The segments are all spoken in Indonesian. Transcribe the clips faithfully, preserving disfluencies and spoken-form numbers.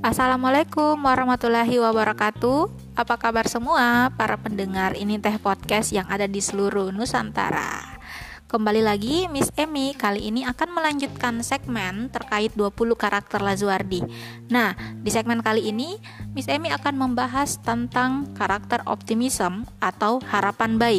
Assalamualaikum warahmatullahi wabarakatuh. Apa kabar semua para pendengar ini teh podcast yang ada di seluruh Nusantara. Kembali lagi Miss Emi kali ini akan melanjutkan segmen terkait dua puluh karakter Lazuardi. Nah, di segmen kali ini Miss Emi akan membahas tentang karakter optimism atau harapan baik.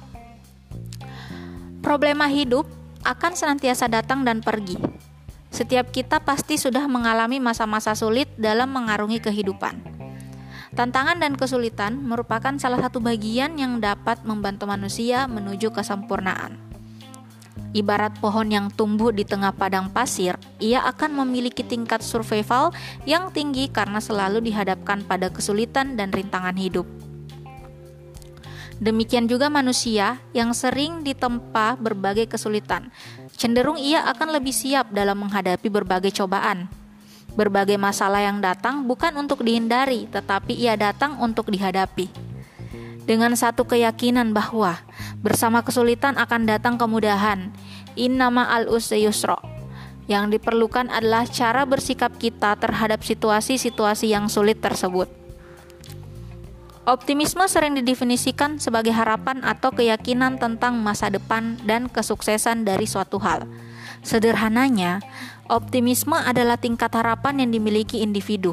Problema hidup akan senantiasa datang dan pergi. Setiap kita pasti sudah mengalami masa-masa sulit dalam mengarungi kehidupan. Tantangan dan kesulitan merupakan salah satu bagian yang dapat membantu manusia menuju kesempurnaan. Ibarat pohon yang tumbuh di tengah padang pasir, ia akan memiliki tingkat survival yang tinggi karena selalu dihadapkan pada kesulitan dan rintangan hidup. Demikian juga manusia yang sering ditempa berbagai kesulitan, cenderung ia akan lebih siap dalam menghadapi berbagai cobaan. Berbagai masalah yang datang bukan untuk dihindari, tetapi ia datang untuk dihadapi. Dengan satu keyakinan bahwa bersama kesulitan akan datang kemudahan, innama al-usri yusra. Yang diperlukan adalah cara bersikap kita terhadap situasi-situasi yang sulit tersebut. Optimisme sering didefinisikan sebagai harapan atau keyakinan tentang masa depan dan kesuksesan dari suatu hal. Sederhananya, optimisme adalah tingkat harapan yang dimiliki individu.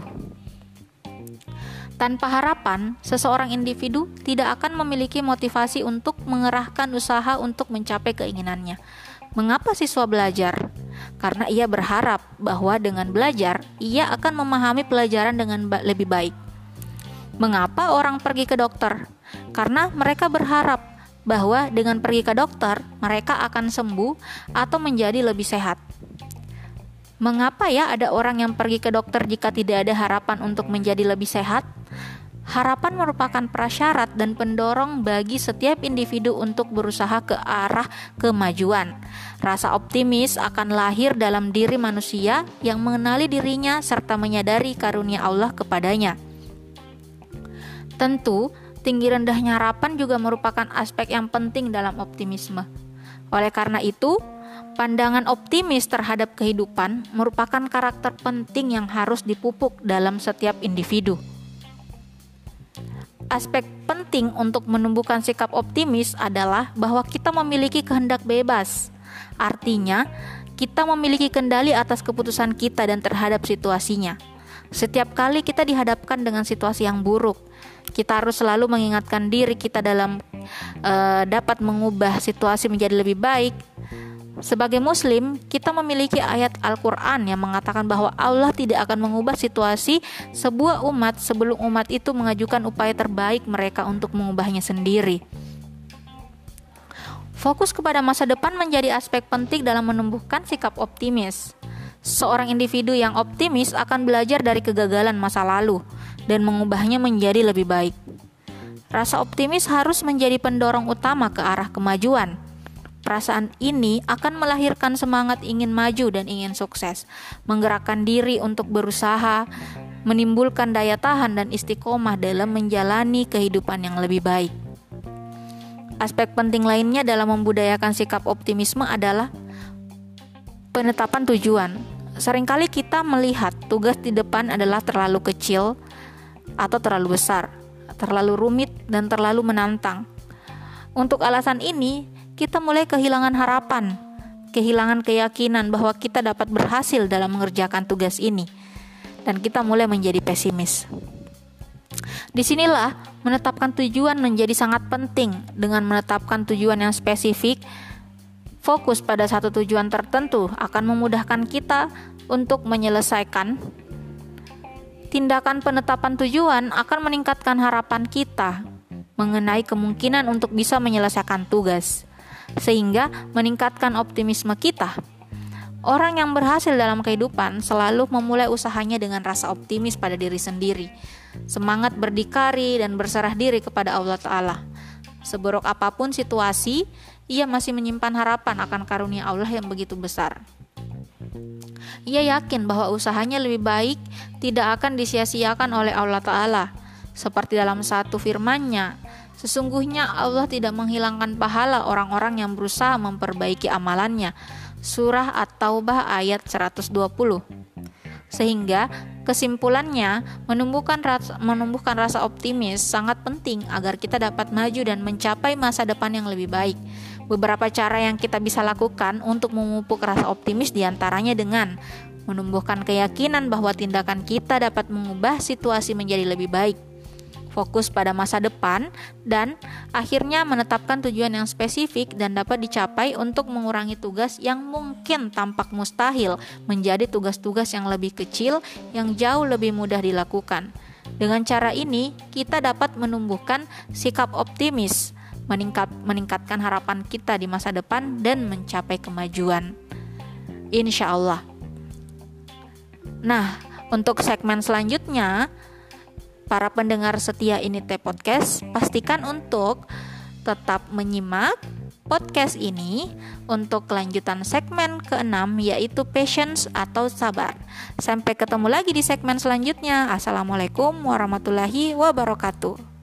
Tanpa harapan, seseorang individu tidak akan memiliki motivasi untuk mengerahkan usaha untuk mencapai keinginannya. Mengapa siswa belajar? Karena ia berharap bahwa dengan belajar, ia akan memahami pelajaran dengan ba- lebih baik. Mengapa orang pergi ke dokter? Karena mereka berharap bahwa dengan pergi ke dokter, mereka akan sembuh atau menjadi lebih sehat. Mengapa ya ada orang yang pergi ke dokter jika tidak ada harapan untuk menjadi lebih sehat? Harapan merupakan prasyarat dan pendorong bagi setiap individu untuk berusaha ke arah kemajuan. Rasa optimis akan lahir dalam diri manusia yang mengenali dirinya serta menyadari karunia Allah kepadanya. Tentu, tinggi rendahnya harapan juga merupakan aspek yang penting dalam optimisme. Oleh karena itu, pandangan optimis terhadap kehidupan merupakan karakter penting yang harus dipupuk dalam setiap individu. Aspek penting untuk menumbuhkan sikap optimis adalah bahwa kita memiliki kehendak bebas. Artinya, kita memiliki kendali atas keputusan kita dan terhadap situasinya. Setiap kali kita dihadapkan dengan situasi yang buruk, kita harus selalu mengingatkan diri kita dalam uh, dapat mengubah situasi menjadi lebih baik. Sebagai muslim, kita memiliki ayat Al-Quran yang mengatakan bahwa Allah tidak akan mengubah situasi sebuah umat sebelum umat itu mengajukan upaya terbaik mereka untuk mengubahnya sendiri. Fokus kepada masa depan menjadi aspek penting dalam menumbuhkan sikap optimis. Seorang individu yang optimis akan belajar dari kegagalan masa lalu dan mengubahnya menjadi lebih baik. Rasa optimis harus menjadi pendorong utama ke arah kemajuan. Perasaan ini akan melahirkan semangat ingin maju dan ingin sukses, menggerakkan diri untuk berusaha, menimbulkan daya tahan dan istiqomah dalam menjalani kehidupan yang lebih baik. Aspek penting lainnya dalam membudayakan sikap optimisme adalah penetapan tujuan. Seringkali kita melihat tugas di depan adalah terlalu kecil atau terlalu besar, terlalu rumit dan terlalu menantang. Untuk alasan ini, kita mulai kehilangan harapan, kehilangan keyakinan bahwa kita dapat berhasil dalam mengerjakan tugas ini, dan kita mulai menjadi pesimis. Disinilah menetapkan tujuan menjadi sangat penting. Dengan menetapkan tujuan yang spesifik, fokus pada satu tujuan tertentu akan memudahkan kita untuk menyelesaikan. Tindakan penetapan tujuan akan meningkatkan harapan kita mengenai kemungkinan untuk bisa menyelesaikan tugas, sehingga meningkatkan optimisme kita. Orang yang berhasil dalam kehidupan selalu memulai usahanya dengan rasa optimis pada diri sendiri, semangat berdikari dan berserah diri kepada Allah Ta'ala. Seburuk apapun situasi, ia masih menyimpan harapan akan karunia Allah yang begitu besar. Ia yakin bahwa usahanya lebih baik tidak akan disia-siakan oleh Allah Ta'ala. Seperti dalam satu firman-Nya, sesungguhnya Allah tidak menghilangkan pahala orang-orang yang berusaha memperbaiki amalannya. Surah At-Taubah ayat seratus dua puluh. Sehingga Kesimpulannya, menumbuhkan rasa, menumbuhkan rasa optimis sangat penting agar kita dapat maju dan mencapai masa depan yang lebih baik. Beberapa cara yang kita bisa lakukan untuk memupuk rasa optimis diantaranya dengan menumbuhkan keyakinan bahwa tindakan kita dapat mengubah situasi menjadi lebih baik, fokus pada masa depan, dan akhirnya menetapkan tujuan yang spesifik dan dapat dicapai untuk mengurangi tugas yang mungkin tampak mustahil menjadi tugas-tugas yang lebih kecil yang jauh lebih mudah dilakukan. Dengan cara ini, kita dapat menumbuhkan sikap optimis, meningkat, meningkatkan harapan kita di masa depan dan mencapai kemajuan. Insya Allah. Nah, untuk segmen selanjutnya, para pendengar setia Inite Podcast, pastikan untuk tetap menyimak podcast ini untuk kelanjutan segmen keenam, yaitu patience atau sabar. Sampai ketemu lagi di segmen selanjutnya. Assalamualaikum warahmatullahi wabarakatuh.